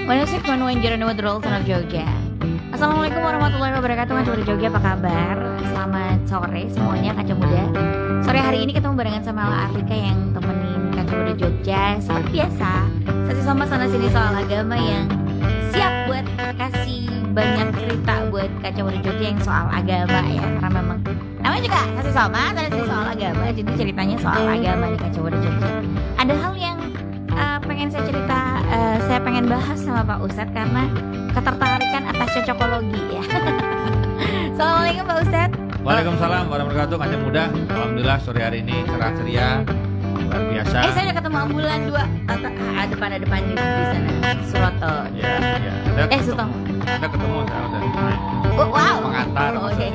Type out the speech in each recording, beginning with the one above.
106.1 Roll Son of Jogja. Assalamualaikum warahmatullahi wabarakatuh. Kaca Muda Jogja, apa kabar? Selamat sore semuanya Kaca Muda. Sore hari ini ketemu barengan sama Ala Afrika yang temenin Kaca Muda Jogja. Seperti biasa, sesi sama sana sini soal agama yang siap buat kasih banyak cerita buat Kaca Muda Jogja yang soal agama ya. Karena memang namanya juga sesi sama sana sini soal agama, jadi ceritanya soal agama di Kaca Muda Jogja. Ada hal yang pengen saya cerita, saya pengen bahas sama Pak Ustadz karena ketertarikan atas cocokologi ya. Assalamualaikum Pak Ustadz. Waalaikumsalam warahmatullahi wabarakatuh. Kaca Muda, alhamdulillah sore hari ini cerah ceria, luar biasa. Saya udah ketemu ambulan 2 depan di sana Suroto. Ya. Sutong. Kita ketemu saya udah. Wow. Pengantar. Oke.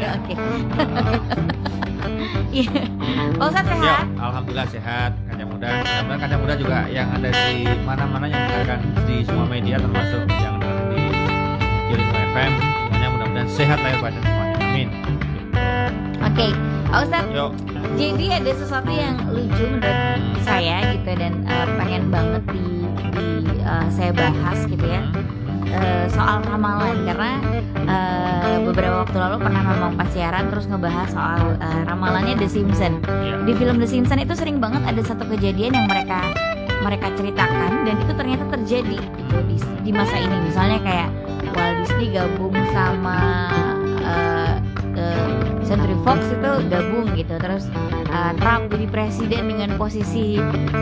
Iya. Pak Ustadz sehat? Ya, alhamdulillah sehat. Kaca Muda. Mudah-mudahan Kaca Muda juga yang ada di mana-mana yang mendengarkan di semua media termasuk yang ada di Jelimu FM, semuanya mudah-mudahan sehat lahir batin semuanya. Amin. Oke, Pak Ustadz. Yuk. Jadi ada sesuatu yang lucu menurut saya gitu dan pengen banget saya bahas gitu ya. Soal ramalan karena beberapa waktu lalu pernah ngomong pas siaran terus ngebahas soal ramalannya The Simpsons. Di film The Simpsons itu sering banget ada satu kejadian yang mereka ceritakan dan itu ternyata terjadi gitu di masa ini. Misalnya kayak Walt Disney gabung sama Century Fox itu gabung gitu, terus Trump jadi presiden dengan posisi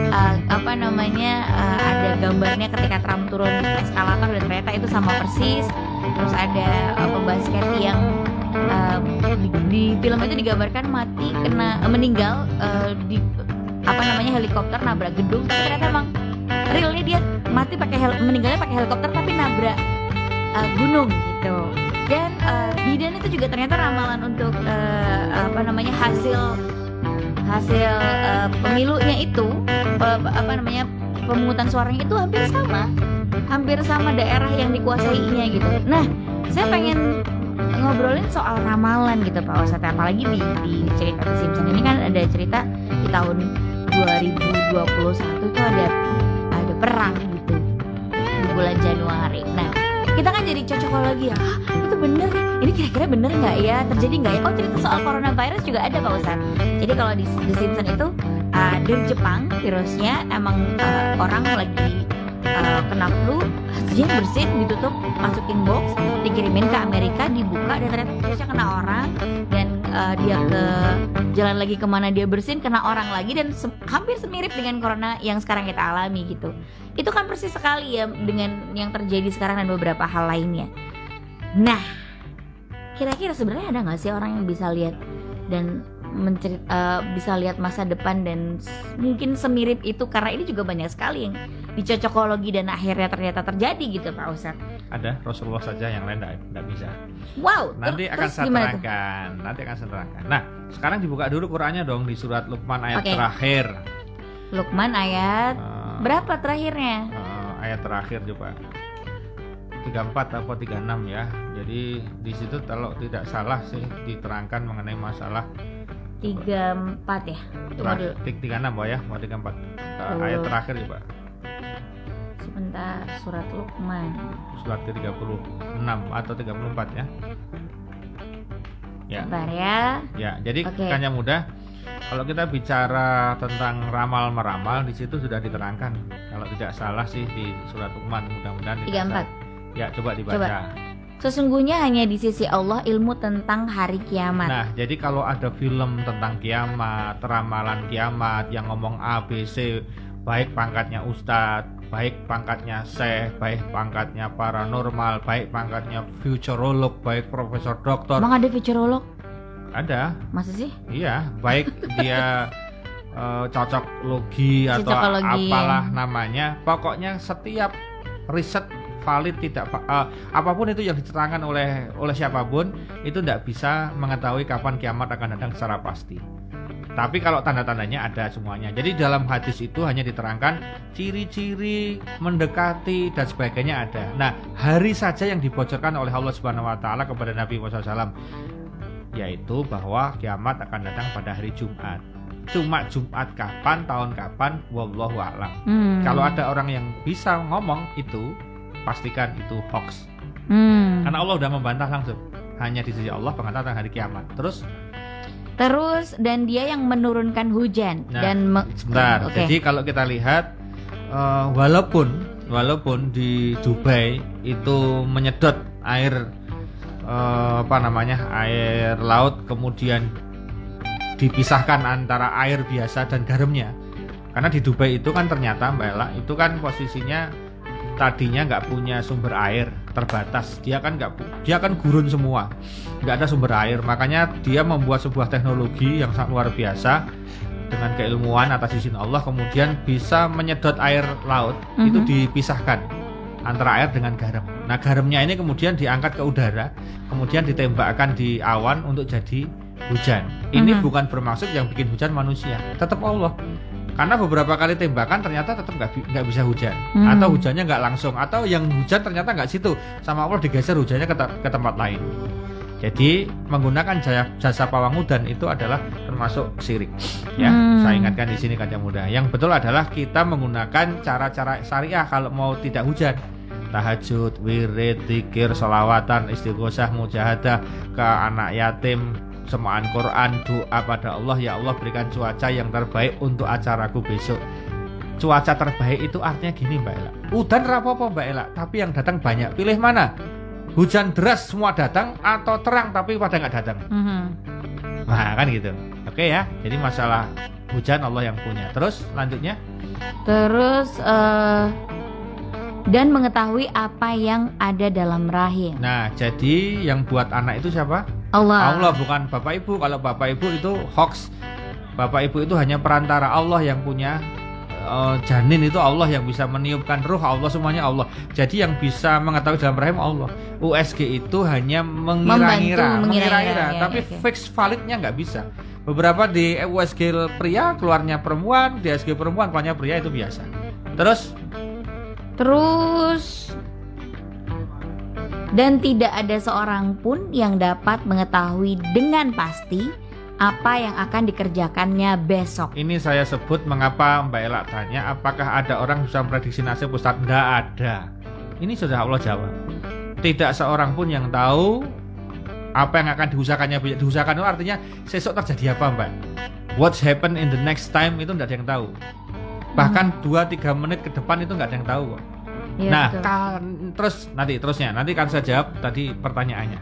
ada gambarnya ketika Trump turun eskalator dan ternyata itu sama persis. Terus ada pembasket yang di film itu digambarkan meninggal di helikopter nabrak gedung, tapi ternyata emang realnya dia mati meninggalnya pakai helikopter tapi nabrak gunung gitu. Dan Biden itu juga ternyata ramalan untuk hasil pemilunya itu pemungutan suaranya itu hampir sama daerah yang dikuasainya gitu. Nah, saya pengen ngobrolin soal ramalan gitu Pak Ustadz, apalagi di cerita The Simpsons ini kan ada cerita di tahun 2021 itu ada perang gitu di bulan Januari. Nah, kita kan jadi cocokologi ya, itu bener nih, ini kira-kira bener nggak ya, terjadi nggak ya? Oh, cerita soal coronavirus juga ada Pak Ustadz. Jadi kalau di The Simpsons itu dari Jepang virusnya emang orang lagi kena flu, dia bersin, ditutup, masukin box, dikirimin ke Amerika, dibuka dan ternyata virusnya kena orang dan dia ke jalan lagi kemana dia bersin kena orang lagi dan hampir semirip dengan corona yang sekarang kita alami gitu. Itu kan persis sekali ya dengan yang terjadi sekarang dan beberapa hal lainnya. Nah, kira-kira sebenarnya ada nggak sih orang yang bisa lihat dan bisa lihat masa depan dan mungkin semirip itu, karena ini juga banyak sekali yang dicocokologi dan akhirnya ternyata terjadi gitu Pak Ustadz. Ada Rasulullah saja, yang lain tidak bisa. Wow. Nanti akan saya terangkan. Nah, sekarang dibuka dulu Qurannya dong di surat Luqman ayat terakhir. Luqman ayat berapa terakhirnya? Ayat terakhir coba 34 atau 36 ya. Jadi di situ kalau tidak salah sih diterangkan mengenai masalah 34 ya. 36 ya, mau 34. Ayat terakhir coba. Sebentar, surat Luqman. Surat ke-36 atau 34 ya. Ya. Bentar ya. Ya, jadi Kaca Muda, kalau kita bicara tentang ramal-meramal di situ sudah diterangkan. Kalau tidak salah sih di surat Luqman, mudah-mudahan 34. Ya, coba dibaca. Sesungguhnya hanya di sisi Allah ilmu tentang hari kiamat. Nah, jadi kalau ada film tentang kiamat, ramalan kiamat yang ngomong A, B, C, baik pangkatnya ustadz, baik pangkatnya syekh, baik pangkatnya paranormal, baik pangkatnya futurolog, baik profesor doktor. Emang ada futurolog? Ada. Masa sih? Iya, baik dia cocokologi atau apalah namanya. Pokoknya setiap riset valid apapun itu yang diterangkan oleh siapapun itu tidak bisa mengetahui kapan kiamat akan datang secara pasti. Tapi kalau tanda-tandanya ada semuanya. Jadi dalam hadis itu hanya diterangkan ciri-ciri mendekati dan sebagainya ada. Nah, hari saja yang dibocorkan oleh Allah Subhanahu wa taala kepada Nabi Muhammad SAW, yaitu bahwa kiamat akan datang pada hari Jumat. Cuma Jumat kapan, tahun kapan, wallahu a'lam. Kalau ada orang yang bisa ngomong itu pastikan itu hoax. Hmm. Karena Allah udah membantah langsung. Hanya di sisi Allah pengantar hari kiamat. Terus dan dia yang menurunkan hujan dan sebentar. Oke. Jadi kalau kita lihat walaupun di Dubai itu menyedot air air laut, kemudian dipisahkan antara air biasa dan garamnya. Karena di Dubai itu kan ternyata Mbak Ella itu kan posisinya tadinya nggak punya sumber air, terbatas. Dia kan gurun semua, nggak ada sumber air. Makanya dia membuat sebuah teknologi yang sangat luar biasa dengan keilmuan atas izin Allah, kemudian bisa menyedot air laut itu dipisahkan antara air dengan garam. Nah garamnya ini kemudian diangkat ke udara, kemudian ditembakkan di awan untuk jadi hujan. Ini bukan bermaksud yang bikin hujan manusia, tetap Allah. Karena beberapa kali tembakan ternyata tetap nggak bisa hujan, atau hujannya nggak langsung, atau yang hujan ternyata nggak situ, sama Allah digeser hujannya ke tempat lain. Jadi menggunakan jasa pawang udan itu adalah termasuk syirik. Ya, saya ingatkan di sini kaca muda. Yang betul adalah kita menggunakan cara-cara syariah kalau mau tidak hujan. Tahajud, wirid, zikir, sholawatan, istighosah, mujahadah, ke anak yatim, semaan Quran, doa pada Allah, ya Allah berikan cuaca yang terbaik untuk acaraku besok. Cuaca terbaik itu artinya gini Mbak Ella, udan rapopo Mbak Ella, tapi yang datang banyak, pilih mana? Hujan deras semua datang atau terang tapi pada nggak datang? Nah kan gitu. Oke ya, jadi masalah hujan Allah yang punya. Terus lanjutnya? Dan mengetahui apa yang ada dalam rahim. Nah jadi yang buat anak itu siapa? Allah, bukan Bapak Ibu. Kalau Bapak Ibu itu hoax. Bapak Ibu itu hanya perantara. Allah yang punya janin itu Allah yang bisa meniupkan ruh, Allah semuanya Allah. Jadi yang bisa mengetahui dalam rahim Allah. USG itu hanya mengira-ngira, ya, tapi fix validnya nggak bisa. Beberapa di USG pria keluarnya perempuan, di USG perempuan keluarnya pria itu biasa. Terus dan tidak ada seorang pun yang dapat mengetahui dengan pasti apa yang akan dikerjakannya besok. Ini saya sebut mengapa Mbak Ella tanya apakah ada orang bisa memprediksi nasib Ustaz? Tidak ada. Ini sudah Allah jawab. Tidak seorang pun yang tahu apa yang akan diusahakannya. Diusahakan itu artinya besok terjadi apa Mbak? What's happen in the next time itu tidak ada yang tahu. Bahkan 2-3 menit ke depan itu nggak ada yang tahu kok. Ya, nah terusnya nanti kan saya jawab tadi pertanyaannya.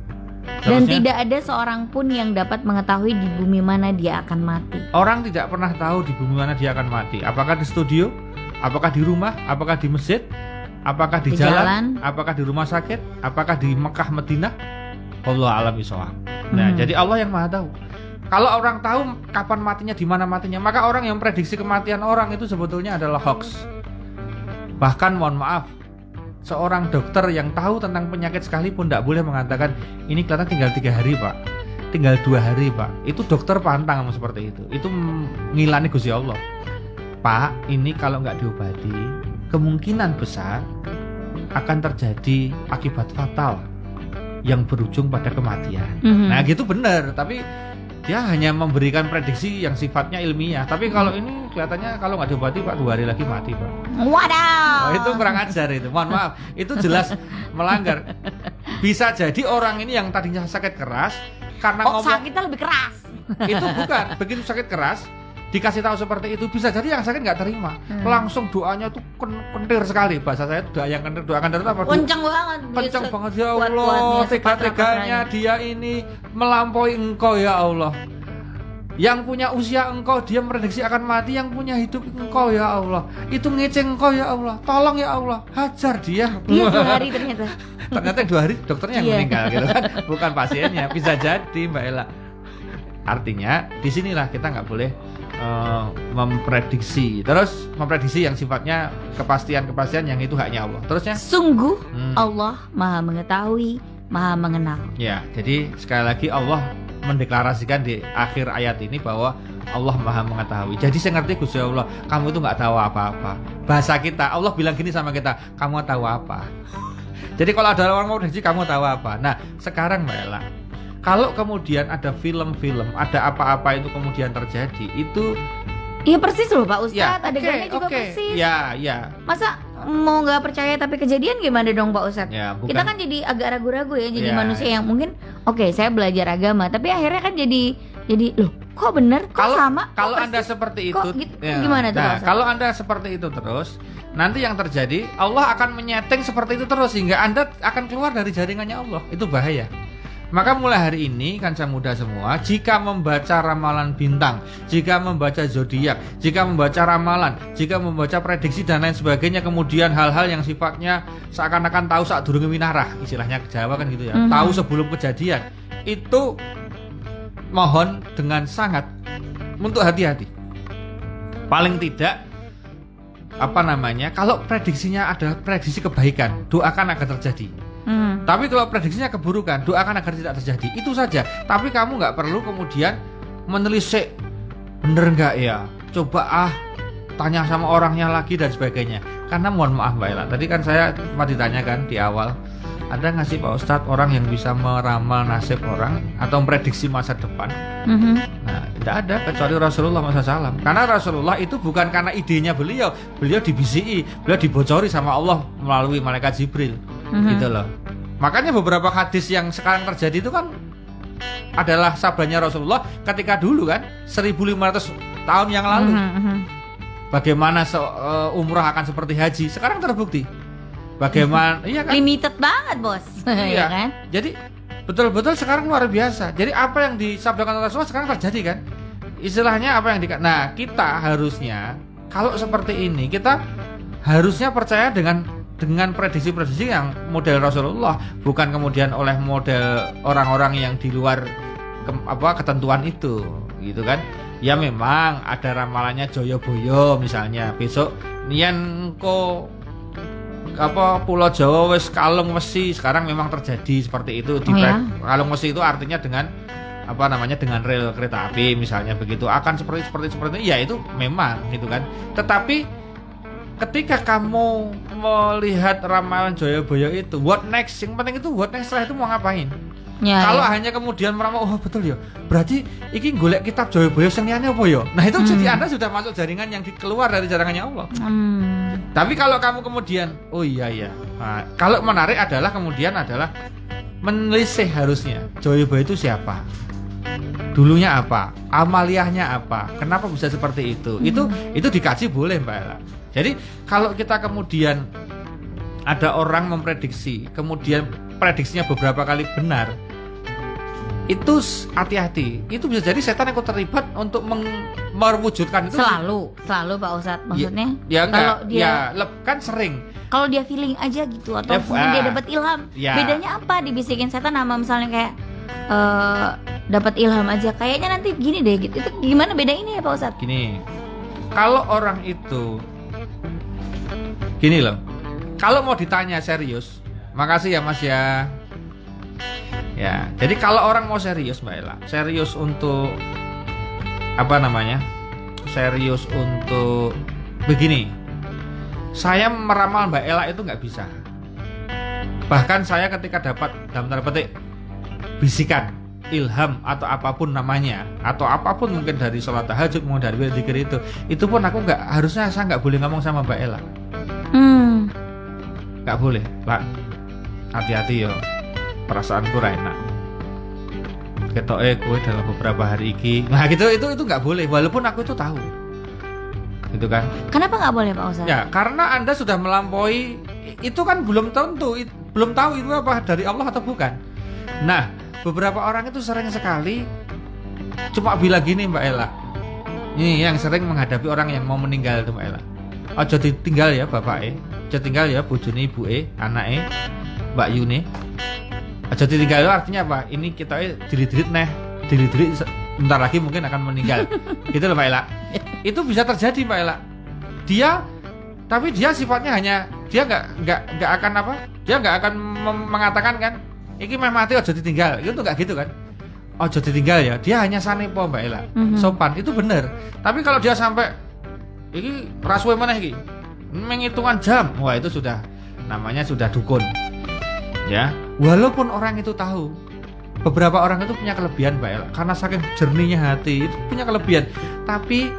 Dan tidak ada seorang pun yang dapat mengetahui di bumi mana dia akan mati. Orang tidak pernah tahu di bumi mana dia akan mati. Apakah di studio? Apakah di rumah? Apakah di masjid? Apakah di jalan? Apakah di rumah sakit? Apakah di Mekah, Madinah? Allah alam bisawab. Nah, jadi Allah yang maha tahu. Kalau orang tahu kapan matinya, di mana matinya, maka orang yang prediksi kematian orang itu sebetulnya adalah hoax. Bahkan mohon maaf, seorang dokter yang tahu tentang penyakit sekalipun tidak boleh mengatakan ini kelihatan tinggal 3 hari Pak, tinggal 2 hari Pak. Itu dokter pantang seperti itu. Itu ngilani Gusti Allah. Pak, ini kalau nggak diobati kemungkinan besar akan terjadi akibat fatal yang berujung pada kematian. Nah gitu benar, tapi dia hanya memberikan prediksi yang sifatnya ilmiah. Tapi kalau ini kelihatannya kalau nggak diobati Pak 2 hari lagi mati Pak. Wadaw. Itu kurang ajar itu. Mohon maaf, itu jelas melanggar. Bisa jadi orang ini yang tadinya sakit keras karena ngomong sakitnya lebih keras. Itu bukan, begitu sakit keras dikasih tahu seperti itu, bisa jadi yang sakit nggak terima, langsung doanya tuh kentir sekali. Bahasa saya itu doa yang kentir, doa kentir itu apa? Kencang banget. Kencang banget ya Allah, tega-teganya dia ini melampaui Engkau ya Allah. Yang punya usia Engkau, dia memprediksi akan mati. Yang punya hidup Engkau ya Allah. Itu ngeceng Engkau ya Allah. Tolong ya Allah, hajar dia. Dia 2 hari ternyata. Ternyata 2 hari dokternya yang meninggal gitu kan, bukan pasiennya. Bisa jadi Mbak Ella. Artinya disinilah kita nggak boleh memprediksi. Terus memprediksi yang sifatnya kepastian yang itu haknya Allah. Terusnya sungguh Allah maha mengetahui, maha mengenal. Ya, jadi sekali lagi Allah mendeklarasikan di akhir ayat ini bahwa Allah maha mengetahui. Jadi saya ngerti Gusti Allah, kamu itu nggak tahu apa-apa. Bahasa kita, Allah bilang gini sama kita, kamu tahu apa? Jadi kalau ada orang mau prediksi, kamu tahu apa? Nah sekarang Mbak Ella, kalau kemudian ada film-film, ada apa-apa itu kemudian terjadi, itu iya persis loh Pak Ustadz, ya, adegannya juga persis. Ya. Masa mau nggak percaya tapi kejadian gimana dong Pak Ustadz? Ya, bukan. Kita kan jadi agak ragu-ragu ya, jadi Ya, manusia yang mungkin oke, saya belajar agama, tapi akhirnya kan jadi loh kok bener, kok sama, kok Kalau persis, Anda seperti kok itu, gitu, gimana tuh Pak nah, Ustadz? kalau Anda seperti itu terus, nanti yang terjadi Allah akan menyeting seperti itu terus sehingga Anda akan keluar dari jaringannya Allah. Itu bahaya. Maka mulai hari ini Kanca Muda semua, jika membaca ramalan bintang, jika membaca zodiak, jika membaca ramalan, jika membaca prediksi dan lain sebagainya, kemudian hal-hal yang sifatnya seakan-akan tahu saat durung winarah, istilahnya Jawa kan gitu ya, tahu sebelum kejadian, itu mohon dengan sangat untuk hati-hati. Paling tidak kalau prediksinya adalah prediksi kebaikan, doakan agar terjadi. Tapi kalau prediksinya keburukan, doakan agar tidak terjadi. Itu saja. Tapi kamu nggak perlu kemudian menelisik, bener nggak ya? Coba tanya sama orangnya lagi dan sebagainya. Karena mohon maaf Mbak Ella, tadi kan saya sempat ditanyakan di awal, ada nggak sih Pak Ustadz orang yang bisa meramal nasib orang atau memprediksi masa depan? Nah, tidak ada kecuali Rasulullah SAW. Karena Rasulullah itu bukan karena idenya beliau dibisiki, beliau dibocori sama Allah melalui malaikat Jibril. Gitu loh. Makanya beberapa hadis yang sekarang terjadi itu kan adalah sabdanya Rasulullah ketika dulu kan 1500 tahun yang lalu. Bagaimana umrah akan seperti haji, sekarang terbukti. Bagaimana iya kan? Limited banget bos. Iya kan? Jadi betul-betul sekarang luar biasa. Jadi apa yang disabdakan Rasulullah sekarang terjadi kan? Istilahnya apa yang Nah, kita harusnya kalau seperti ini kita harusnya percaya dengan prediksi-prediksi yang model Rasulullah, bukan kemudian oleh model orang-orang yang di luar ketentuan itu, gitu kan? Ya memang ada ramalannya Joyoboyo misalnya, besok nian ko Pulau Jawa wis kalung wesi, sekarang memang terjadi seperti itu di kalung wesi itu artinya dengan dengan rel kereta api misalnya, begitu akan seperti itu, ya itu memang gitu kan. Tetapi ketika kamu melihat ramalan Joyoboyo itu, what next? Yang penting itu what next, setelah itu mau ngapain? Kalau hanya kemudian meramal, oh betul ya, berarti iki golek kitab Joyoboyo sing liyane apa ya? Nah itu jadi Anda sudah masuk jaringan yang keluar dari jaringannya Allah. Tapi kalau kamu kemudian, oh iya ya, nah, kalau menarik adalah menelisih harusnya Joyoboyo itu siapa, dulunya apa, amaliyahnya apa, kenapa bisa seperti itu. Itu dikaji boleh Mbak Ella. Jadi kalau kita kemudian ada orang memprediksi, kemudian prediksinya beberapa kali benar, itu hati-hati. Itu bisa jadi setan yang terlibat untuk mewujudkan itu. Selalu Pak Ustadz, maksudnya? Ya kalau dia kan sering. Kalau dia feeling aja gitu atau mungkin dia dapat ilham. Bedanya apa dibisikin setan sama misalnya kayak dapat ilham aja, kayaknya nanti gini deh gitu. Itu gimana bedainnya ya Pak Ustadz? Gini. Kalau orang itu gini loh, kalau mau ditanya serius, makasih ya Mas ya. Ya, jadi kalau orang mau serius Mbak Ella, serius untuk serius untuk begini, saya meramal Mbak Ella itu nggak bisa. Bahkan saya ketika dapat dalam tanda petik bisikan, ilham atau apapun namanya, atau apapun mungkin dari sholat tahajud, mau dari zikir itu pun aku saya nggak boleh ngomong sama Mbak Ella. Nggak boleh, Pak. Hati-hati yo, perasaanku ra enak. Ketoke kowe dalam beberapa hari iki. Nah gitu itu nggak boleh, walaupun aku itu tahu. Gitu kan? Kenapa nggak boleh Pak Ustadz? Ya karena Anda sudah melampaui, itu kan belum tahu itu apa dari Allah atau bukan. Nah beberapa orang itu sering sekali cuma bilang gini Mbak Ella. Ini yang sering menghadapi orang yang mau meninggal itu Mbak Ella. Aja ditinggal ya bapake, aja tinggal ya bojone ibuke, anake, Mbak Yune. Aja ditinggal itu artinya apa? Ini kita dirit-dirit bentar lagi mungkin akan meninggal. Gitu loh Mbak Ella. Itu bisa terjadi Mbak Ella. Tapi dia sifatnya hanya dia nggak akan dia nggak akan mengatakan kan, iki meh mati aja ditinggal. Itu nggak gitu kan? Aja ditinggal ya. Dia hanya sanepo Mbak Ella. Sopan itu benar. Tapi kalau dia sampai iki rasuwe meneh iki, menghitungan jam, wah itu sudah namanya sudah dukun. Ya, walaupun orang itu tahu, beberapa orang itu punya kelebihan Mbak Ella, karena saking jernihnya hati itu punya kelebihan. Tapi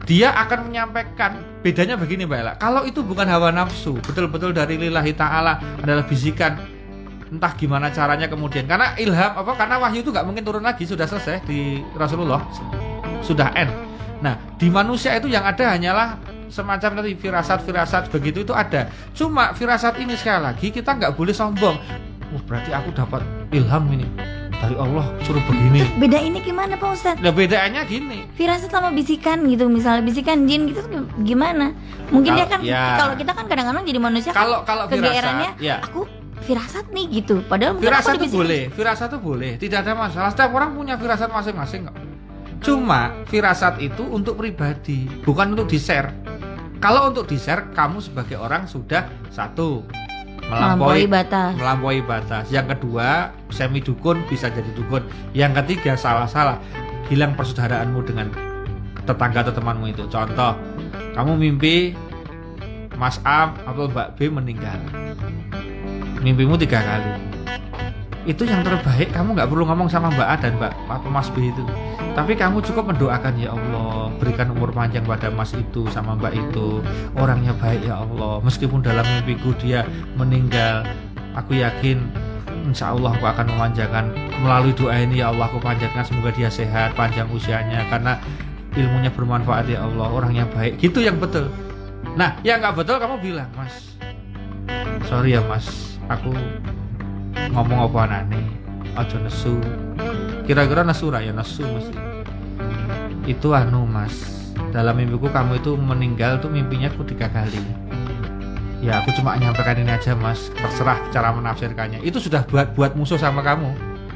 dia akan menyampaikan. Bedanya begini Mbak Ella, kalau itu bukan hawa nafsu, betul-betul dari lillahi ta'ala, adalah bisikan, entah gimana caranya kemudian, karena ilham karena wahyu itu nggak mungkin turun lagi, sudah selesai di Rasulullah, sudah end. Nah di manusia itu yang ada hanyalah semacam tadi firasat begitu, itu ada. Cuma firasat ini sekali lagi kita nggak boleh sombong. Berarti aku dapat ilham ini dari Allah suruh begini. Beda ini gimana Pak Ustadz? Nah bedanya gini, firasat sama bisikan gitu, misalnya bisikan jin gitu gimana? Mungkin dia kan kalau kita kan kadang-kadang jadi manusia kalau kegeerannya aku firasat nih gitu. Padahal firasat itu boleh, firasat itu boleh, tidak ada masalah. Setiap orang punya firasat masing-masing kok. Cuma firasat itu untuk pribadi, bukan untuk di-share. Kalau untuk di-share, kamu sebagai orang sudah satu melampaui batas. Yang kedua, semi dukun bisa jadi dukun. Yang ketiga, salah hilang persaudaraanmu dengan tetangga atau temanmu itu. Contoh, kamu mimpi Mas A atau Mbak B meninggal. Mimpimu 3 kali. Itu yang terbaik, kamu nggak perlu ngomong sama Mbak A dan Mbak atau Mas B itu. Tapi kamu cukup mendoakan, ya Allah, berikan umur panjang pada Mas itu sama Mbak itu. Orangnya baik ya Allah. Meskipun dalam mimpiku dia meninggal, aku yakin insya Allah aku akan memanjangkan melalui doa ini, ya Allah aku panjatkan semoga dia sehat, panjang usianya, karena ilmunya bermanfaat ya Allah, orangnya baik. Gitu yang betul. Nah, yang nggak betul kamu bilang, Mas, sorry ya Mas, aku ngomong apa aneh, aja nesu. Kira-kira nesu ya nesu mesti. Itu Mas, dalam mimpiku kamu itu meninggal tuh mimpinya aku 3 kali. Ya aku cuma nyampaikan ini aja Mas, terserah cara menafsirkannya. Itu sudah buat musuh sama kamu.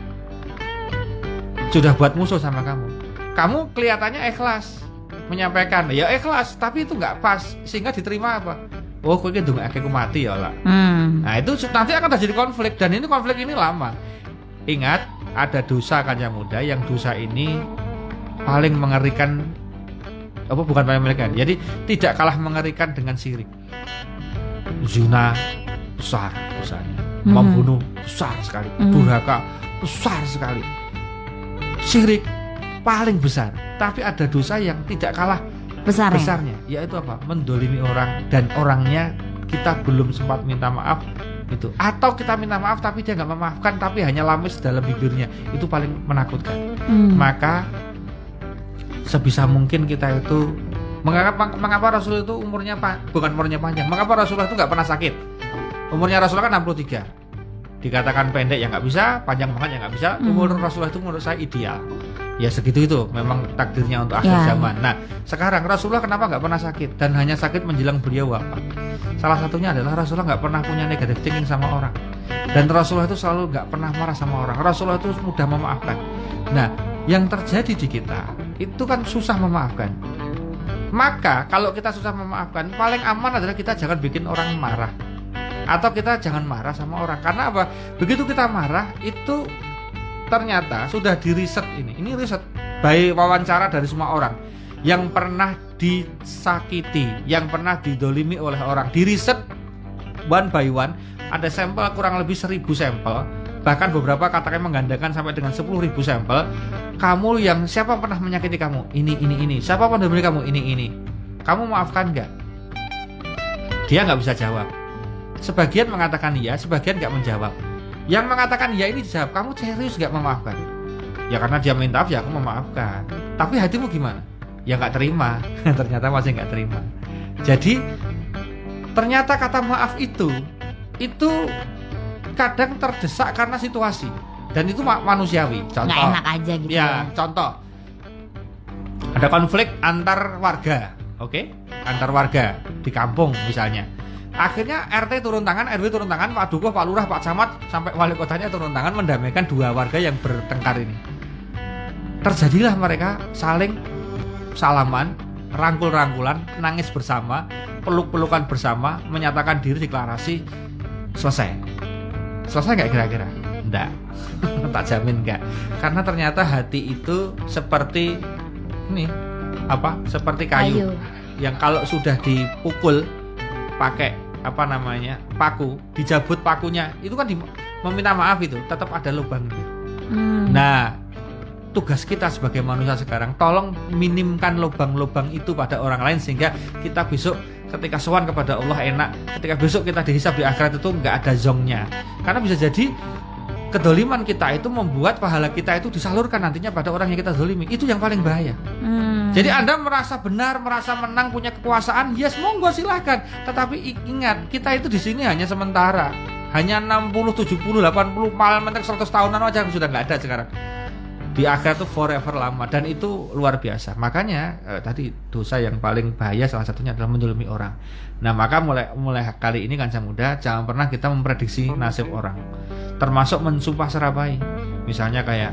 Kamu kelihatannya ikhlas menyampaikan, ya ikhlas, tapi itu nggak pas, sehingga diterima apa? Oh, kok gitu nggak aku mati ya lah. Nah itu nanti akan terjadi konflik, dan ini konflik ini lama. Ingat, ada dosa kan yang muda, yang dosa ini paling mengerikan, bukan paling mengerikan, jadi tidak kalah mengerikan dengan syirik. Zina besar dosanya, membunuh besar sekali, durhaka besar sekali, syirik paling besar. Tapi ada dosa yang tidak kalah besarnya, yaitu apa? Mendolimi orang, dan orangnya kita belum sempat minta maaf itu, atau kita minta maaf tapi dia nggak memaafkan, tapi hanya lamis dalam bibirnya. Itu paling menakutkan. Maka sebisa mungkin kita itu, mengapa Rasul itu umurnya bukan umurnya panjang, mengapa Rasulullah itu nggak pernah sakit? Umurnya Rasulullah kan 63, dikatakan pendek ya nggak bisa, panjang banget ya nggak bisa. Umur Rasulullah itu menurut saya ideal. Ya segitu itu, memang takdirnya untuk akhir zaman. Nah sekarang Rasulullah kenapa nggak pernah sakit, dan hanya sakit menjelang beliau wafat? Salah satunya adalah Rasulullah nggak pernah punya negative thinking sama orang, dan Rasulullah itu selalu nggak pernah marah sama orang. Rasulullah itu mudah memaafkan. Nah yang terjadi di kita itu kan susah memaafkan. Maka kalau kita susah memaafkan, paling aman adalah kita jangan bikin orang marah, atau kita jangan marah sama orang. Karena apa? Begitu kita marah itu ternyata sudah diriset, ini riset by wawancara dari semua orang yang pernah disakiti, yang pernah didolimi oleh orang, diriset one by one. Ada sampel kurang lebih 1.000 sampel, bahkan beberapa katakan menggandakan sampai dengan 10.000 sampel. Kamu yang siapa pernah menyakiti kamu? Ini. Siapa mendolimi kamu? Ini. Kamu maafkan nggak? Dia nggak bisa jawab. Sebagian mengatakan iya, sebagian nggak menjawab. Yang mengatakan ya ini dijawab, kamu serius gak memaafkan? Ya karena dia minta maaf, ya aku memaafkan. Tapi hatimu gimana? Ya gak terima. Ternyata masih gak terima. Jadi ternyata kata maaf itu kadang terdesak karena situasi, dan itu manusiawi. Contoh, gak enak aja gitu ya. Contoh, ada konflik antar warga, antar warga di kampung misalnya. Akhirnya RT turun tangan, RW turun tangan, Pak Dukuh, Pak Lurah, Pak Camat, sampai wali kotanya turun tangan mendamaikan 2 warga yang bertengkar ini. Terjadilah mereka saling salaman, rangkul-rangkulan, nangis bersama, peluk-pelukan bersama, menyatakan diri, deklarasi. Selesai nggak kira-kira? Enggak. Tak jamin enggak. Karena ternyata hati itu seperti seperti kayu. Yang kalau sudah dipukul pakai paku, dijabut pakunya, itu kan meminta maaf itu tetap ada lubangnya. Nah tugas kita sebagai manusia sekarang, tolong minimkan lubang-lubang itu pada orang lain sehingga kita besok ketika sowan kepada Allah enak, ketika besok kita dihisab di akhirat itu nggak ada zongnya. Karena bisa jadi kedoliman kita itu membuat pahala kita itu disalurkan nantinya pada orang yang kita zolimi. Itu yang paling bahaya. Jadi Anda merasa benar, merasa menang, punya kekuasaan, yes monggo silahkan. Tetapi ingat, kita itu di sini hanya sementara. Hanya 60, 70, 80, paling mentok 100 tahunan aja sudah nggak ada sekarang. Di akhirat itu forever lama dan itu luar biasa. Makanya tadi dosa yang paling bahaya salah satunya adalah menzalimi orang. Nah, maka mulai kali ini Kanca Muda jangan pernah kita memprediksi nasib orang. Termasuk mensumpah serapai. Misalnya kayak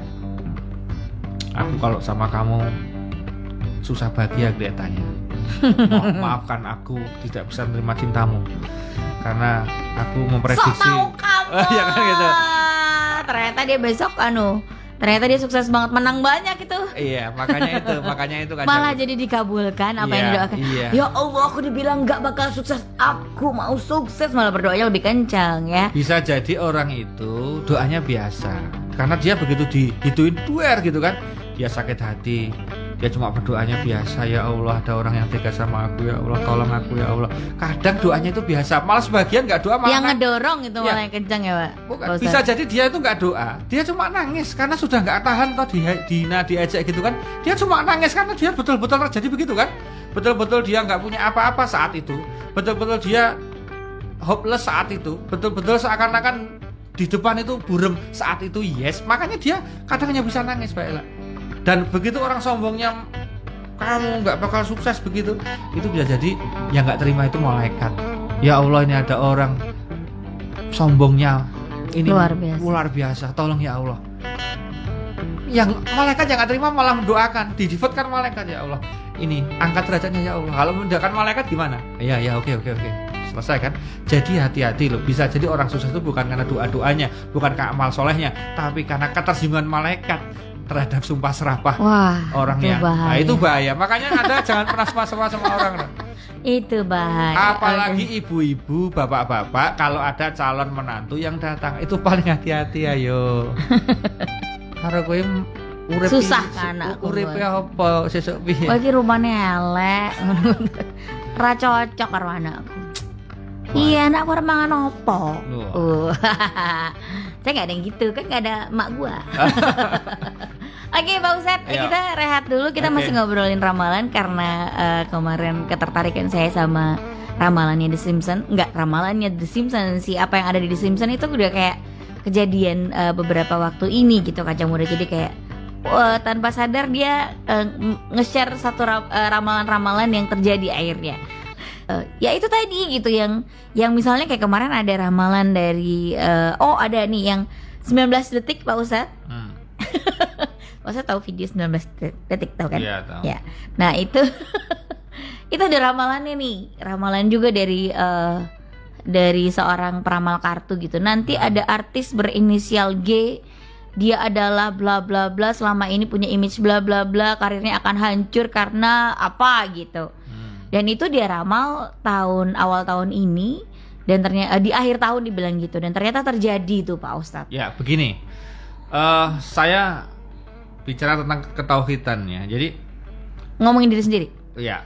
aku kalau sama kamu susah bahagia kelihatannya. Maafkan aku tidak bisa menerima cintamu karena aku memprediksi. Sok tahu kamu. Ya kan gitu. Ternyata dia besok ternyata dia sukses banget, menang banyak itu. Iya, makanya itu kan. Malah jadi dikabulkan apa yang didoakan. Iya. Ya Allah, aku dibilang nggak bakal sukses, aku mau sukses, malah berdoanya lebih kencang ya. Bisa jadi orang itu doanya biasa, karena dia begitu dihituin duer gitu kan, dia sakit hati. Dia cuma berdoanya biasa, ya Allah ada orang yang tega sama aku, ya Allah tolong aku ya Allah. Kadang doanya itu biasa, malah sebagian nggak doa malah yang ngedorong itu malah yang kencang ya Pak. Bukan, bisa jadi dia itu nggak doa, dia cuma nangis karena sudah nggak tahan toh diajak gitu kan. Dia cuma nangis karena dia betul-betul terjadi begitu kan. Betul-betul dia nggak punya apa-apa saat itu, betul-betul dia hopeless saat itu, betul-betul seakan-akan di depan itu burem saat itu, yes. Makanya dia kadang hanya bisa nangis Mbak Ella. Dan begitu orang sombongnya kamu nggak bakal sukses begitu, itu bisa jadi yang nggak terima itu malaikat. Ya Allah ini ada orang sombongnya ini luar biasa, tolong ya Allah. Yang malaikat yang nggak terima malah mendoakan, didefatkan malaikat, ya Allah ini angkat derajatnya ya Allah. Kalau mendoakan malaikat gimana? Ya oke. Selesai kan? Jadi hati-hati loh. Bisa jadi orang sukses itu bukan karena doa-doanya, bukan karena amal solehnya, tapi karena ketersinggungan malaikat terhadap sumpah serapah orangnya. Nah itu bahaya. Makanya Anda jangan pernah sumpah sama orang loh. Itu bahaya. Apalagi ibu-ibu, bapak-bapak, kalau ada calon menantu yang datang, itu paling hati-hati ayo. Karena gue urip susah kan aku. Uripe apa sesuk piye? Iki rumane elek. Ra cocok karo anakku. Iya, anakku arep mangan opo? Saya nggak ada yang gitu, kan nggak ada emak gua. Oke Pak Ustadz, kita rehat dulu. Kita masih ngobrolin ramalan karena kemarin ketertarikan saya sama ramalannya The Simpsons. Enggak, ramalannya The Simpsons sih. Apa yang ada di The Simpsons itu udah kayak kejadian beberapa waktu ini gitu Kanca Muda. Jadi kayak tanpa sadar dia nge-share satu ramalan-ramalan yang terjadi akhirnya. Ya itu tadi gitu yang misalnya kayak kemarin ada ramalan dari ada nih yang 19 detik Pak Ustadz. Pak Ustadz tahu video 19 detik tahu kan? Iya tahu. Ya. Nah itu itu ada ramalannya nih, ramalan juga dari seorang peramal kartu gitu. Nanti ada artis berinisial G, dia adalah bla bla bla, selama ini punya image bla bla bla, karirnya akan hancur karena apa gitu. Dan itu dia ramal awal tahun ini, dan ternyata di akhir tahun dibilang gitu, dan ternyata terjadi tuh Pak Ustadz. Ya begini, saya bicara tentang ketauhidan ya. Jadi ngomongin diri sendiri. Ya.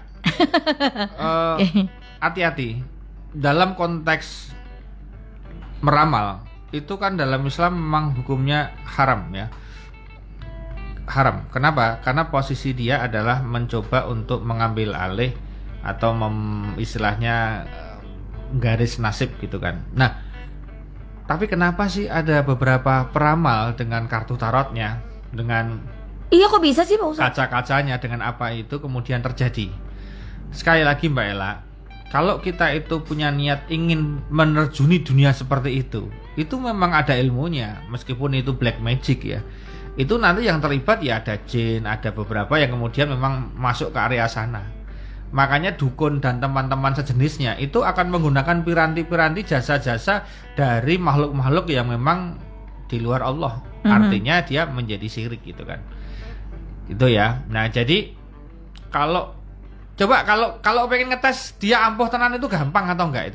Hati-hati dalam konteks meramal. Itu kan dalam Islam memang hukumnya haram ya. Haram. Kenapa? Karena posisi dia adalah mencoba untuk mengambil alih atau istilahnya garis nasib gitu kan. Nah, tapi kenapa sih ada beberapa peramal dengan kartu tarotnya, dengan kok bisa sih Pak Ustadz? Kaca-kacanya, dengan apa itu kemudian terjadi. Sekali lagi Mbak Ella, kalau kita itu punya niat ingin menerjuni dunia seperti itu memang ada ilmunya, meskipun itu black magic ya. Itu nanti yang terlibat ya ada jin, ada beberapa yang kemudian memang masuk ke area sana. Makanya dukun dan teman-teman sejenisnya itu akan menggunakan piranti-piranti, jasa-jasa dari makhluk-makhluk yang memang di luar Allah. Artinya dia menjadi syirik gitu kan. Itu ya. Nah, jadi kalau pengen ngetes dia ampuh tenan itu gampang atau enggak itu?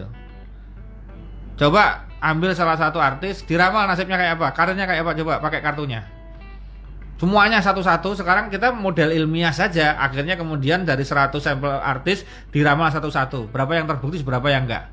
Coba ambil salah satu artis, diramal nasibnya kayak apa, karirnya kayak apa, coba pakai kartunya. Semuanya satu-satu. Sekarang kita model ilmiah saja. Akhirnya kemudian dari 100 sampel artis diramal satu-satu. Berapa yang terbukti, berapa yang enggak.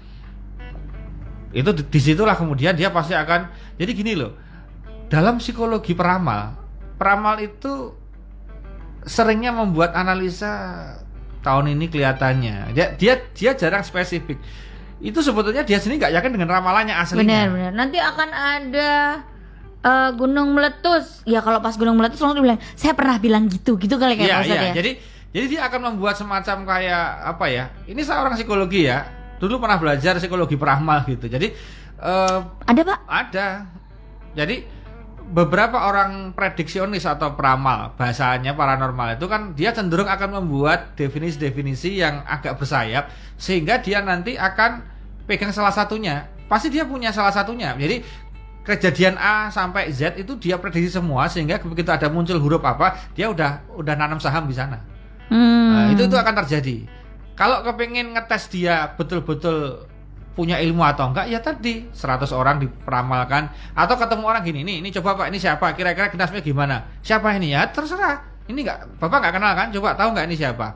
Itu disitulah kemudian dia pasti akan. Jadi gini loh, dalam psikologi peramal itu seringnya membuat analisa tahun ini kelihatannya. Dia jarang spesifik. Itu sebetulnya dia sendiri nggak yakin dengan ramalannya aslinya. Benar. Nanti akan ada gunung meletus. Ya kalau pas gunung meletus langsung dibilang, saya pernah bilang gitu kali kayak Pak Ustadz ya. Jadi dia akan membuat semacam kayak apa ya? Ini seorang psikologi ya. Dulu pernah belajar psikologi peramal gitu. Jadi ada Pak? Ada. Jadi beberapa orang prediksionis atau peramal, bahasanya paranormal itu kan dia cenderung akan membuat definisi-definisi yang agak bersayap sehingga dia nanti akan pegang salah satunya. Pasti dia punya salah satunya. Jadi kejadian A sampai Z itu dia prediksi semua sehingga begitu ada muncul huruf apa, dia udah nanam saham di sana. Nah, itu akan terjadi. Kalau kepingin ngetes dia betul-betul punya ilmu atau enggak, ya tadi 100 orang diperamalkan atau ketemu orang gini, ini coba Pak, ini siapa? Kira-kira dinasnya gimana? Siapa ini? Ya terserah. Ini enggak, Bapak enggak kenal kan? Coba tahu enggak ini siapa?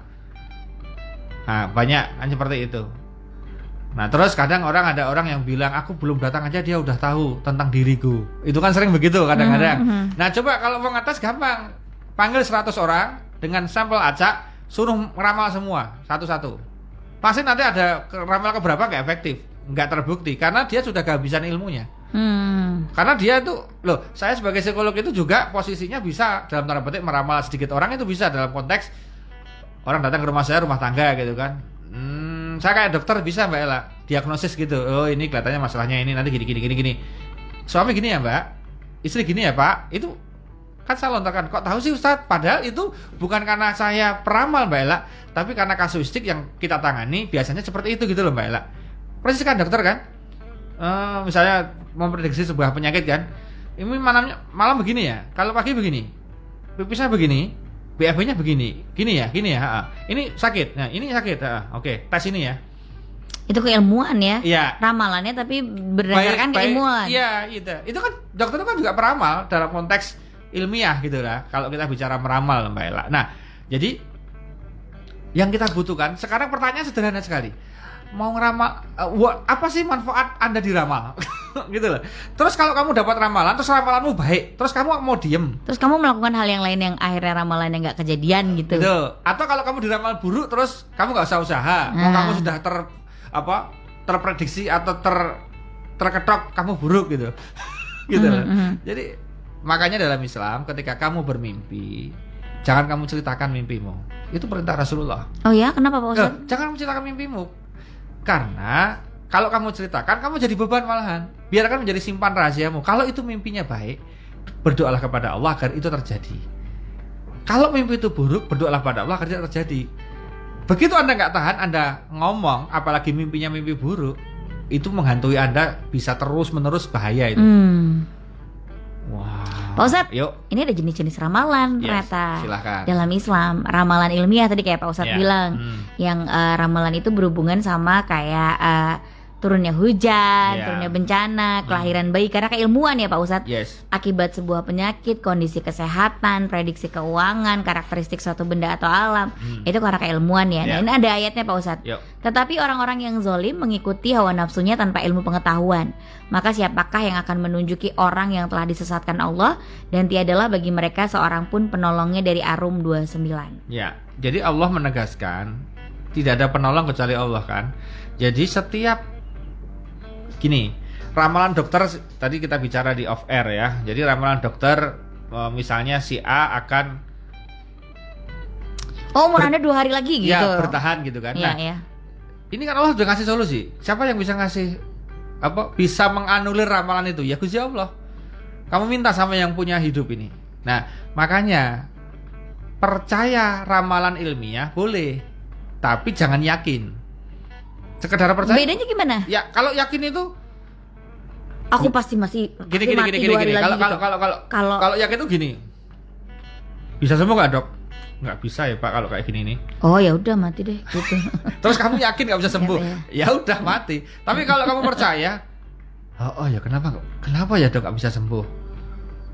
Nah, banyak kan seperti itu. Nah, terus kadang ada orang yang bilang aku belum datang aja dia udah tahu tentang diriku. Itu kan sering begitu kadang-kadang. Nah, coba kalau mau ngetes gampang. Panggil 100 orang dengan sampel acak, suruh ngeramal semua satu-satu. Pasti nanti ada ramal keberapa nggak efektif, nggak terbukti karena dia sudah kehabisan ilmunya. Karena dia itu, loh, saya sebagai psikolog itu juga posisinya bisa dalam tanda petik meramal sedikit orang itu bisa dalam konteks orang datang ke rumah saya rumah tangga gitu kan. Saya kayak dokter bisa Mbak Ella diagnosis gitu. Oh ini kelihatannya masalahnya ini nanti gini. Suami gini ya Mbak, istri gini ya Pak. Itu kan saya lontarkan, kok tahu sih Ustadz? Padahal itu bukan karena saya peramal Mbak Ella, tapi karena kasuistik yang kita tangani biasanya seperti itu gitu loh Mbak Ella. Persis kan dokter kan? Misalnya memprediksi sebuah penyakit kan, ini malam begini ya, kalau pagi begini, pipisnya begini, BAB-nya begini, gini ya, ini sakit, nah ini sakit, oke, tes ini ya. Itu keilmuan ya, iya. Ramalannya tapi berdasarkan keilmuan. Iya, itu kan dokter itu kan juga peramal dalam konteks ilmiah gitu lah. Kalau kita bicara meramal Mbak Ella. Nah, jadi yang kita butuhkan sekarang pertanyaan sederhana sekali. Mau ngeramal apa sih manfaat Anda diramal? Gitu loh. Terus kalau kamu dapat ramalan, terus ramalanmu baik, terus kamu mau diem. Terus kamu melakukan hal yang lain yang akhirnya ramalannya nggak kejadian gitu. Gitu. Atau kalau kamu diramal buruk, terus kamu nggak usah usaha. Mau kamu sudah terprediksi atau terketok kamu buruk gitu. Gitu loh. Jadi makanya dalam Islam ketika kamu bermimpi, jangan kamu ceritakan mimpimu. Itu perintah Rasulullah. Oh ya, kenapa Pak Ustadz? Jangan menceritakan mimpimu. Karena kalau kamu ceritakan, kamu jadi beban malahan. Biarkan menjadi simpan rahasiamu. Kalau itu mimpinya baik, berdoalah kepada Allah agar itu terjadi. Kalau mimpi itu buruk, berdoalah kepada Allah agar itu terjadi. Begitu Anda nggak tahan, Anda ngomong, apalagi mimpinya mimpi buruk, itu menghantui Anda bisa terus-menerus bahaya itu. Wah. Pak Ustadz, yuk. Ini ada jenis-jenis ramalan ternyata dalam Islam. Ramalan ilmiah tadi kayak Pak Ustadz bilang, yang ramalan itu berhubungan sama kayak turunnya hujan, turunnya bencana, kelahiran bayi karena keilmuan ya Pak Ustadz. Akibat sebuah penyakit, kondisi kesehatan, prediksi keuangan, karakteristik suatu benda atau alam, itu karena keilmuan ya. Nah, ini ada ayatnya Pak Ustadz. Tetapi orang-orang yang zalim mengikuti hawa nafsunya tanpa ilmu pengetahuan. Maka siapakah yang akan menunjuki orang yang telah disesatkan Allah, dan tiadalah bagi mereka seorang pun penolongnya dari Ar-Rum 29. Ya, jadi Allah menegaskan tidak ada penolong kecuali Allah kan. Jadi setiap gini, ramalan dokter tadi kita bicara di off air ya. Jadi ramalan dokter misalnya si A akan umur Anda 2 hari lagi gitu. Ya, bertahan gitu kan. Nah, ini kan Allah udah ngasih solusi. Siapa yang bisa ngasih bisa menganulir ramalan itu? Ya Gusti Allah. Kamu minta sama yang punya hidup ini. Nah, makanya percaya ramalan ilmiah boleh, tapi jangan yakin. Sekedar percaya. Bedanya gimana? Ya, kalau yakin itu aku pasti masih gini. Kalau yakin itu gini. Bisa sembuh nggak dok? Nggak bisa ya Pak kalau kayak gini nih. Oh ya udah mati deh gitu. Terus kamu yakin nggak bisa sembuh? Ya udah mati. Tapi kalau kamu percaya, oh ya kenapa ya dok nggak bisa sembuh?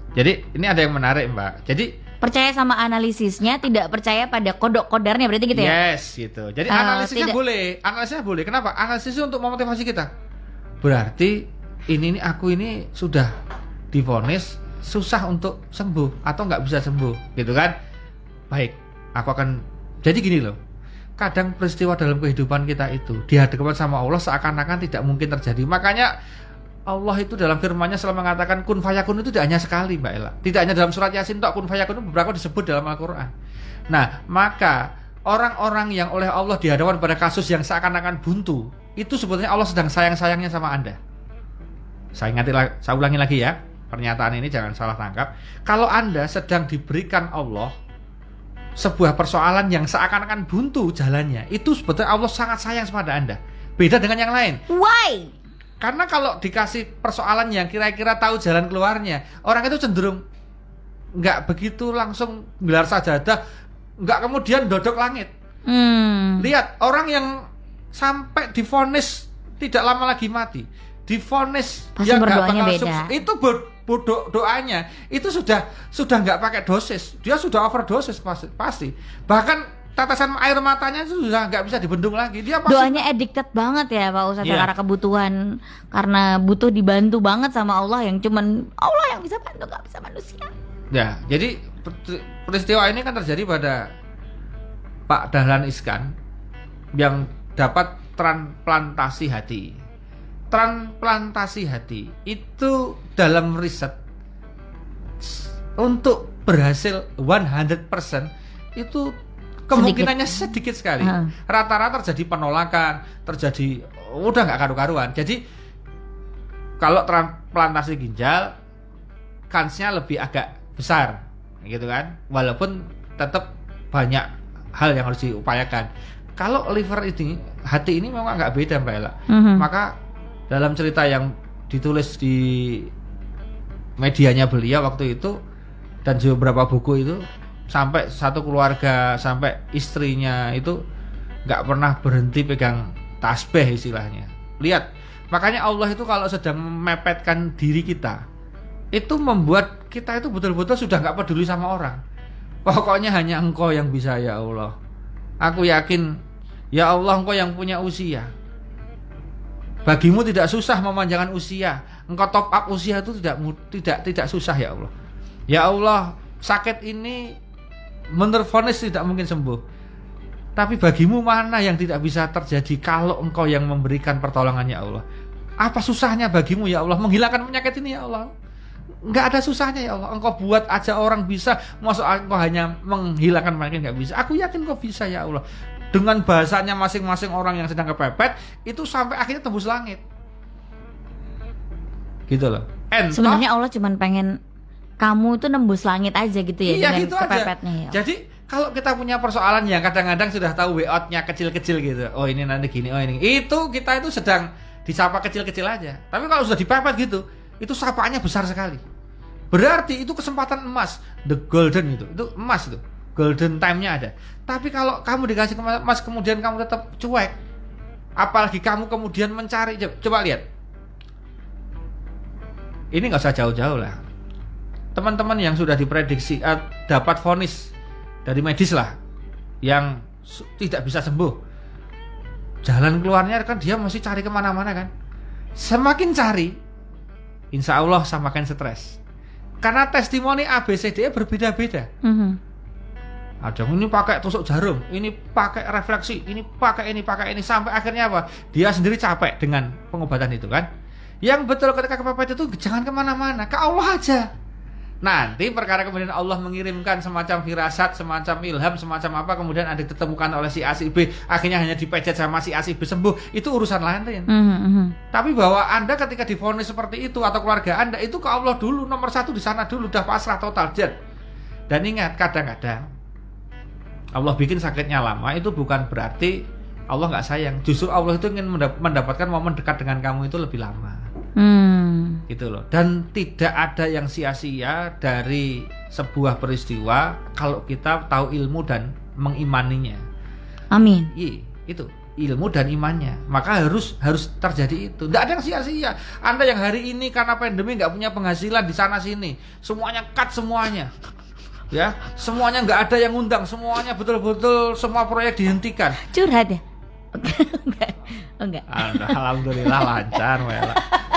Jadi ini ada yang menarik Mbak. Jadi percaya sama analisisnya, tidak percaya pada kodok-kodarnya, berarti gitu ya? Yes, gitu. Jadi analisisnya boleh, analisisnya boleh. Kenapa? Analisisnya untuk memotivasi kita. Berarti ini aku ini sudah divonis susah untuk sembuh atau nggak bisa sembuh, gitu kan? Baik, aku akan. Jadi gini loh. Kadang peristiwa dalam kehidupan kita itu dihadapkan sama Allah seakan-akan tidak mungkin terjadi. Makanya Allah itu dalam firman-Nya selalu mengatakan kun fayakun itu tidak hanya sekali Mbak Ella. Tidak hanya dalam surat Yasin tok, kun fayakun itu beberapa disebut dalam Al-Qur'an. Nah, maka orang-orang yang oleh Allah dihadapkan pada kasus yang seakan-akan buntu, itu sebetulnya Allah sedang sayang-sayangnya sama Anda. Saya ulangi lagi ya. Pernyataan ini jangan salah tangkap. Kalau Anda sedang diberikan Allah sebuah persoalan yang seakan-akan buntu jalannya, itu sebetulnya Allah sangat sayang kepada Anda. Beda dengan yang lain. Why? Karena kalau dikasih persoalan yang kira-kira tahu jalan keluarnya, orang itu cenderung nggak begitu langsung gelar sajadah, nggak kemudian dodok langit. Lihat orang yang sampai divonis tidak lama lagi mati, divonis yang nggak bakal sukses, itu doanya itu sudah nggak pakai dosis, dia sudah overdosis pasti. Bahkan tetesan air matanya itu sudah nggak bisa dibendung lagi. Dia pasti doanya addicted banget ya Pak Ustadz, karena kebutuhan, karena butuh dibantu banget sama Allah yang cuman Allah yang bisa bantu, nggak bisa manusia. Ya, jadi peristiwa ini kan terjadi pada Pak Dahlan Iskan yang dapat transplantasi hati. Transplantasi hati itu dalam riset untuk berhasil 100% itu kemungkinannya sedikit sekali. Rata-rata terjadi penolakan, terjadi udah nggak karu-karuan. Jadi kalau transplantasi ginjal kansnya lebih agak besar, gitu kan? Walaupun tetap banyak hal yang harus diupayakan. Kalau liver ini, hati ini memang nggak beda Mbak Ella. Maka dalam cerita yang ditulis di medianya beliau waktu itu dan juga beberapa buku itu, sampai satu keluarga, sampai istrinya itu nggak pernah berhenti pegang tasbih istilahnya. Lihat, makanya Allah itu kalau sedang memepetkan diri kita, itu membuat kita itu betul-betul sudah nggak peduli sama orang. Pokoknya hanya Engkau yang bisa ya Allah. Aku yakin ya Allah Engkau yang punya usia. Bagimu tidak susah memanjangkan usia. Engkau top up usia itu tidak susah ya Allah. Ya Allah, sakit ini menurut vonis tidak mungkin sembuh. Tapi bagimu mana yang tidak bisa terjadi kalau Engkau yang memberikan pertolongan ya Allah. Apa susahnya bagimu ya Allah menghilangkan penyakit ini ya Allah? Enggak ada susahnya ya Allah. Engkau buat aja orang bisa, masuk Engkau hanya menghilangkan penyakit enggak bisa. Aku yakin Engkau bisa ya Allah. Dengan bahasanya masing-masing orang yang sedang kepepet itu sampai akhirnya tembus langit. Gitu loh. Sebenarnya Allah cuma pengen kamu tuh nembus langit aja gitu ya, iya, dengan gitu kepepetnya aja. ya. Jadi kalau kita punya persoalan yang kadang-kadang sudah tahu way out-nya kecil-kecil gitu. Oh ini nanti gini, oh ini. Itu kita itu sedang disapa kecil-kecil aja. Tapi kalau sudah dipepet gitu, itu sapaannya besar sekali. Berarti itu kesempatan emas, the golden itu emas itu. Golden time-nya ada. Tapi kalau kamu dikasih emas kemudian kamu tetap cuek, apalagi kamu kemudian mencari, coba lihat. Ini nggak usah jauh-jauh lah. Teman-teman yang sudah diprediksi dapat vonis dari medis lah, yang tidak bisa sembuh, jalan keluarnya kan dia masih cari kemana-mana kan. Semakin cari, insya Allah semakin stres. Karena testimoni ABCD berbeda-beda. Ada ini pakai tusuk jarum, ini pakai refleksi, ini pakai ini, sampai akhirnya apa? Dia sendiri capek dengan pengobatan itu kan. Yang betul ketika kepepet itu jangan kemana-mana, ke Allah aja. Nanti perkara kemudian Allah mengirimkan semacam firasat, semacam ilham, semacam apa, kemudian ada ditemukan oleh si A si B, akhirnya hanya dipejet sama si A si B sembuh, itu urusan lain. Tapi bahwa Anda ketika divonis seperti itu atau keluarga Anda itu ke Allah dulu, nomor satu di sana dulu, udah pasrah total jet. Dan ingat, kadang-kadang Allah bikin sakitnya lama itu bukan berarti Allah nggak sayang. Justru Allah itu ingin mendapatkan momen dekat dengan kamu itu lebih lama. Gitu loh. Dan tidak ada yang sia-sia dari sebuah peristiwa kalau kita tahu ilmu dan mengimaninya. Amin. Iya, itu. ilmu dan imannya. Maka harus terjadi itu. Tidak ada yang sia-sia. Anda yang hari ini karena pandemi nggak punya penghasilan di sana sini, semuanya cut semuanya, ya, semuanya nggak ada yang undang, semuanya betul-betul semua proyek dihentikan. Curhat ya? Enggak. Alhamdulillah lancar, Mela.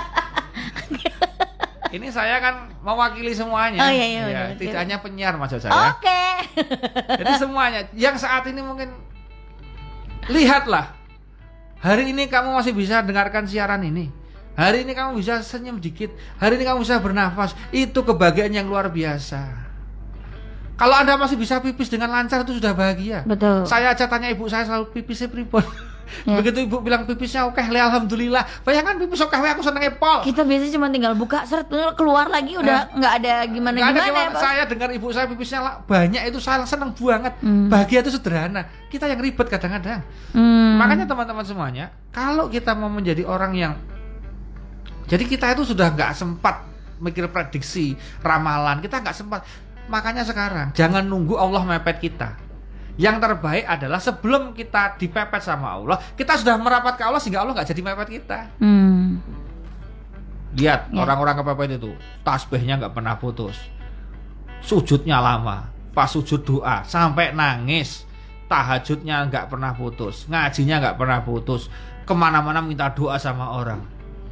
Ini saya kan mewakili semuanya. Oh, iya, ya, betul. tidak hanya penyiar maksud saya. Oke. Jadi semuanya yang saat ini mungkin lihatlah. Hari ini kamu masih bisa dengarkan siaran ini. Hari ini kamu bisa senyum dikit. Hari ini kamu bisa bernafas. Itu kebahagiaan yang luar biasa. Kalau Anda masih bisa pipis dengan lancar itu sudah bahagia. Betul. Saya aja tanya ibu saya selalu pipisnya pripun. Ya. Begitu ibu bilang pipisnya oke, alhamdulillah. Bayangkan pipis oke, aku seneng pol. Kita biasanya cuma tinggal buka seret keluar lagi udah nggak ada gimana-gimana ya, Bos. Saya dengar ibu saya pipisnya banyak itu saya seneng banget. Bahagia itu sederhana. Kita yang ribet kadang-kadang. Makanya teman-teman semuanya, kalau kita mau menjadi orang yang, jadi kita itu sudah nggak sempat mikir prediksi, ramalan, kita nggak sempat. Makanya sekarang jangan nunggu Allah mepet kita. Yang terbaik adalah sebelum kita dipepet sama Allah, kita sudah merapat ke Allah sehingga Allah nggak jadi mepet kita. Lihat orang-orang kepepet itu, tasbihnya nggak pernah putus, sujudnya lama, pas sujud doa sampai nangis, tahajudnya nggak pernah putus, ngajinya nggak pernah putus, kemana-mana minta doa sama orang.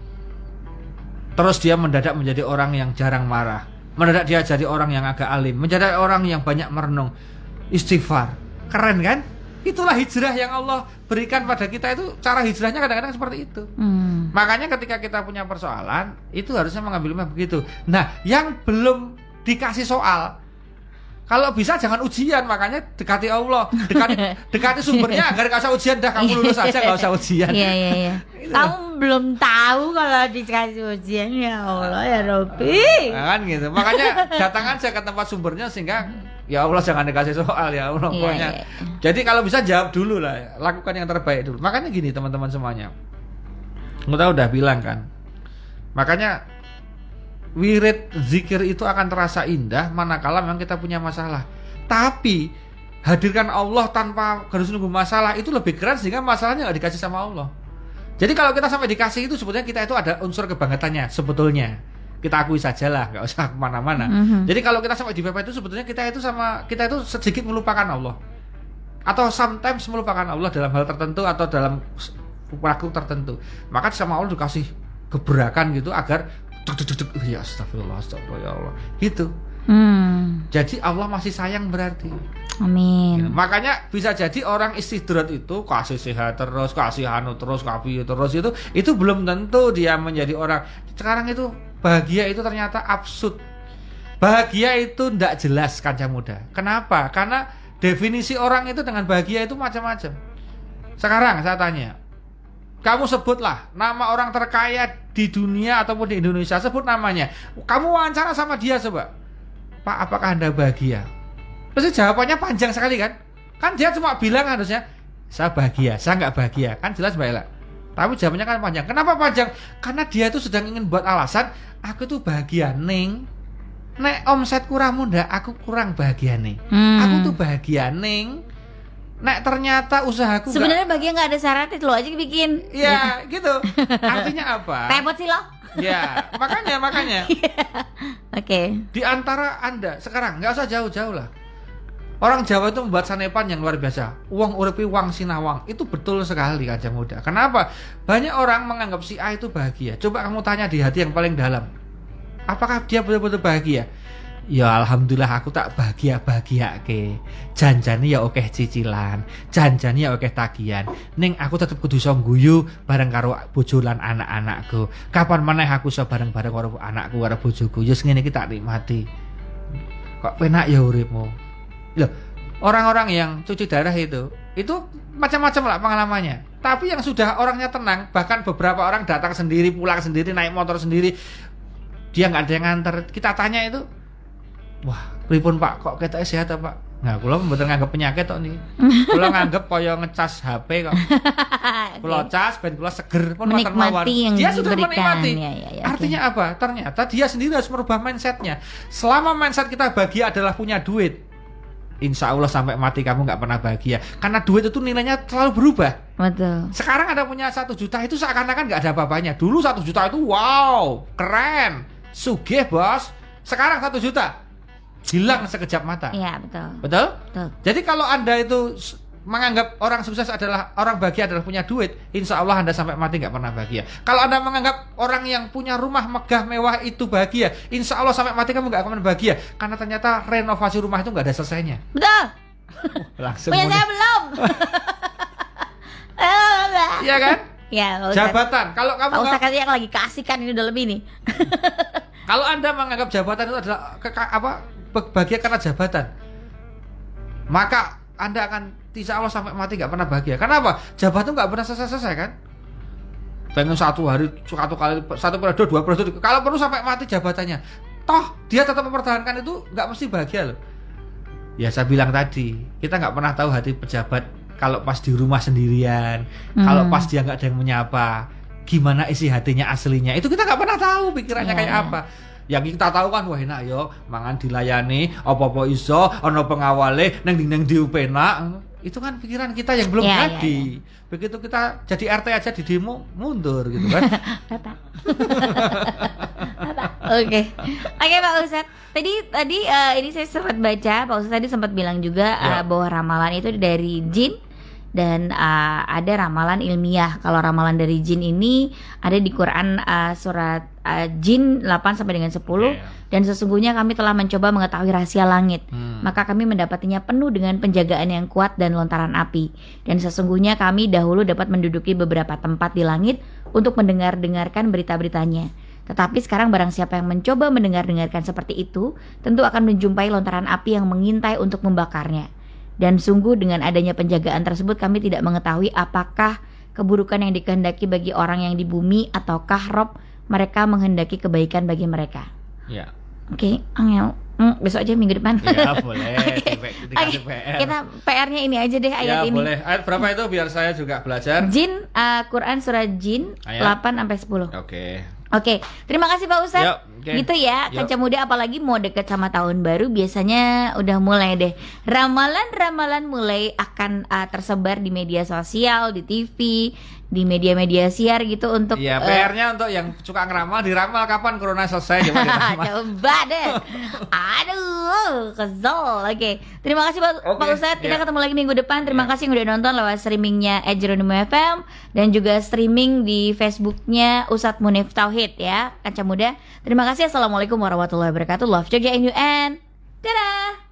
Terus dia mendadak menjadi orang yang jarang marah, mendadak dia jadi orang yang agak alim, menjadi orang yang banyak merenung, istighfar. Keren kan? Itulah hijrah yang Allah berikan pada kita. Itu cara hijrahnya kadang-kadang seperti itu. Makanya ketika kita punya persoalan, itu harusnya mengambilnya begitu. Nah, yang belum dikasih soal, kalau bisa jangan ujian. Makanya dekati Allah, dekati sumbernya agar gak usah ujian. Dah kamu lulus aja, gak usah ujian. Iya. Kamu belum tahu kalau dikasih ujian, ya Allah ya Robby. Nah, kan gitu. Makanya datang aja ke tempat sumbernya sehingga ya Allah jangan dikasih soal ya Allah. Pokoknya. Jadi kalau bisa jawab dulu lah, lakukan yang terbaik dulu. Makanya gini teman-teman semuanya, kita udah bilang kan. Makanya wirid zikir itu akan terasa indah manakala memang kita punya masalah. Tapi hadirkan Allah tanpa harus nunggu masalah itu lebih keren sehingga masalahnya nggak dikasih sama Allah. Jadi kalau kita sampai dikasih itu sebetulnya kita itu ada unsur kebanggatannya sebetulnya. Kita akui sajalah, nggak usah kemana-mana. Jadi kalau kita sampai di PP itu sebetulnya kita itu sedikit melupakan Allah, atau sometimes melupakan Allah dalam hal tertentu atau dalam waktu tertentu. Maka sama Allah dikasih gebrakan gitu agar ya astagfirullah ya Allah gitu. Jadi Allah masih sayang berarti. Amin. Gitu. Makanya bisa jadi orang istidrat itu kasih sehat terus, kasih anu terus, kasih terus itu belum tentu dia menjadi orang. Sekarang itu bahagia itu ternyata absurd. Bahagia itu tidak jelas kaca muda. Kenapa? Karena definisi orang itu dengan bahagia itu macam-macam. Sekarang saya tanya, kamu sebutlah nama orang terkaya di dunia ataupun di Indonesia, sebut namanya. Kamu wawancara sama dia coba, Pak, apakah Anda bahagia? Terus jawabannya panjang sekali kan? Kan dia cuma bilang harusnya saya bahagia, saya nggak bahagia. Kan jelas Mbak Ella. Tapi jawabannya kan panjang. Kenapa panjang? Karena dia itu sedang ingin buat alasan, aku tuh bahagia ning. Nek omset kurang muda, aku kurang bahagia nih. Aku tuh bahagia ning. Nek ternyata usahaku sebenarnya bahagia nggak ada syarat itu lo aja bikin. Iya gitu. Artinya apa? Repot sih lo. Ya makanya. Oke. Di antara Anda sekarang nggak usah jauh-jauh lah. Orang Jawa itu membuat sanepan yang luar biasa. Uang uripi wang sinawang. Itu betul sekali Kaca Muda. Kenapa? Banyak orang menganggap si A itu bahagia. Coba kamu tanya di hati yang paling dalam, apakah dia betul-betul bahagia? Ya alhamdulillah aku tak bahagia ke. Janjani ya oke cicilan, janjani ya oke tagihan. Ning aku tetep kudu iso guyu bareng karo bojo lan anak-anakku. Kapan maneh aku iso bareng-bareng karo anakku karo bojoku. Ya ngene iki tak nikmati. Kok penak ya uripmu. Loh, orang-orang yang cuci darah itu macam-macam lah pengalamannya. Tapi yang sudah orangnya tenang, bahkan beberapa orang datang sendiri, pulang sendiri, naik motor sendiri, dia nggak ada yang nganter. Kita tanya itu, wah, pripun Pak, kok kita sehat Pak? Nah, kula mboten nganggep penyakit kok niki. Kula nganggep kaya ngecas HP kok. Kula cas ben kula seger pun mboten mawon. Dia sudah menikmati. Ya, artinya apa? Ternyata dia sendiri harus merubah mindsetnya. Selama mindset kita bahagia adalah punya duit, insya Allah sampai mati kamu nggak pernah bahagia. Karena duit itu nilainya selalu berubah. Betul. Sekarang Anda punya 1 juta itu seakan-akan nggak ada apa-apanya. Dulu 1 juta itu wow, keren, sugih bos. Sekarang 1 juta hilang sekejap mata. Iya betul. Betul? Betul. Jadi kalau Anda itu menganggap orang sukses adalah orang bahagia adalah punya duit, insya Allah Anda sampai mati nggak pernah bahagia. Kalau Anda menganggap orang yang punya rumah megah mewah itu bahagia, insya Allah sampai mati kamu nggak akan bahagia. Karena ternyata renovasi rumah itu nggak ada selesainya. Betul. Langsung Punya saya belum. Iya kan? Ya, jabatan. Kalau kamu Pak Ustadz yang lagi kasihkan ini dalam ini. Kalau Anda menganggap jabatan itu adalah bahagia karena jabatan, maka Anda akan insya Allah sampai mati nggak pernah bahagia. Kenapa? Jabatan nggak pernah selesai kan? Pengen 1 hari, 1 kali, 1 periode, 2 periode. Kalau perlu sampai mati jabatannya, toh dia tetap mempertahankan itu nggak mesti bahagia loh. Ya saya bilang tadi, kita nggak pernah tahu hati pejabat kalau pas di rumah sendirian, kalau pas dia nggak ada yang menyapa, gimana isi hatinya aslinya. Itu kita nggak pernah tahu pikirannya kayak apa. Yang kita tahu kan wah enak yo, mangan dilayani, apa-apa iso, ono pengawale, neng diupena. Itu kan pikiran kita yang belum jadi. Begitu kita jadi RT aja di demo mundur gitu kan. Bapak. Oke, Pak Ustadz. Tadi ini saya sempat baca, Pak Ustadz tadi sempat bilang juga bahwa ramalan itu dari jin. Dan ada ramalan ilmiah. Kalau ramalan dari jin ini ada di Quran surat jin 8 sampai dengan 10. Dan sesungguhnya kami telah mencoba mengetahui rahasia langit. Maka kami mendapatinya penuh dengan penjagaan yang kuat dan lontaran api. Dan sesungguhnya kami dahulu dapat menduduki beberapa tempat di langit untuk mendengarkan berita-beritanya. Tetapi sekarang barang siapa yang mencoba mendengarkan seperti itu, tentu akan menjumpai lontaran api yang mengintai untuk membakarnya. Dan sungguh dengan adanya penjagaan tersebut kami tidak mengetahui apakah keburukan yang dikehendaki bagi orang yang di bumi ataukah Rob mereka menghendaki kebaikan bagi mereka. Ya. Oke, Angel. Besok aja minggu depan. Ya boleh. Okay. Kita PR-nya ini aja deh ayat ini. Ya boleh. Ayat berapa itu biar saya juga belajar. Jin, Quran surah Jin ayat 8 sampai 10. Oke, terima kasih Pak Ustadz. Gitu ya, Kaca Muda apalagi mau deket sama tahun baru biasanya udah mulai deh. Ramalan-ramalan mulai akan tersebar di media sosial, di TV, di media-media siar gitu untuk PR-nya untuk yang suka ngeramal, diramal kapan corona selesai coba diramal. Coba deh. Aduh, kesel. Oke. Terima kasih Pak Ustadz. Kita ketemu lagi minggu depan. Terima kasih yang udah nonton lewat streamingnya @Jeronimo FM dan juga streaming di Facebooknya Ustadz Munif Tauhid ya, Kaca Muda. Terima kasih. Assalamualaikum warahmatullahi wabarakatuh. Love Jogja and you and dadah.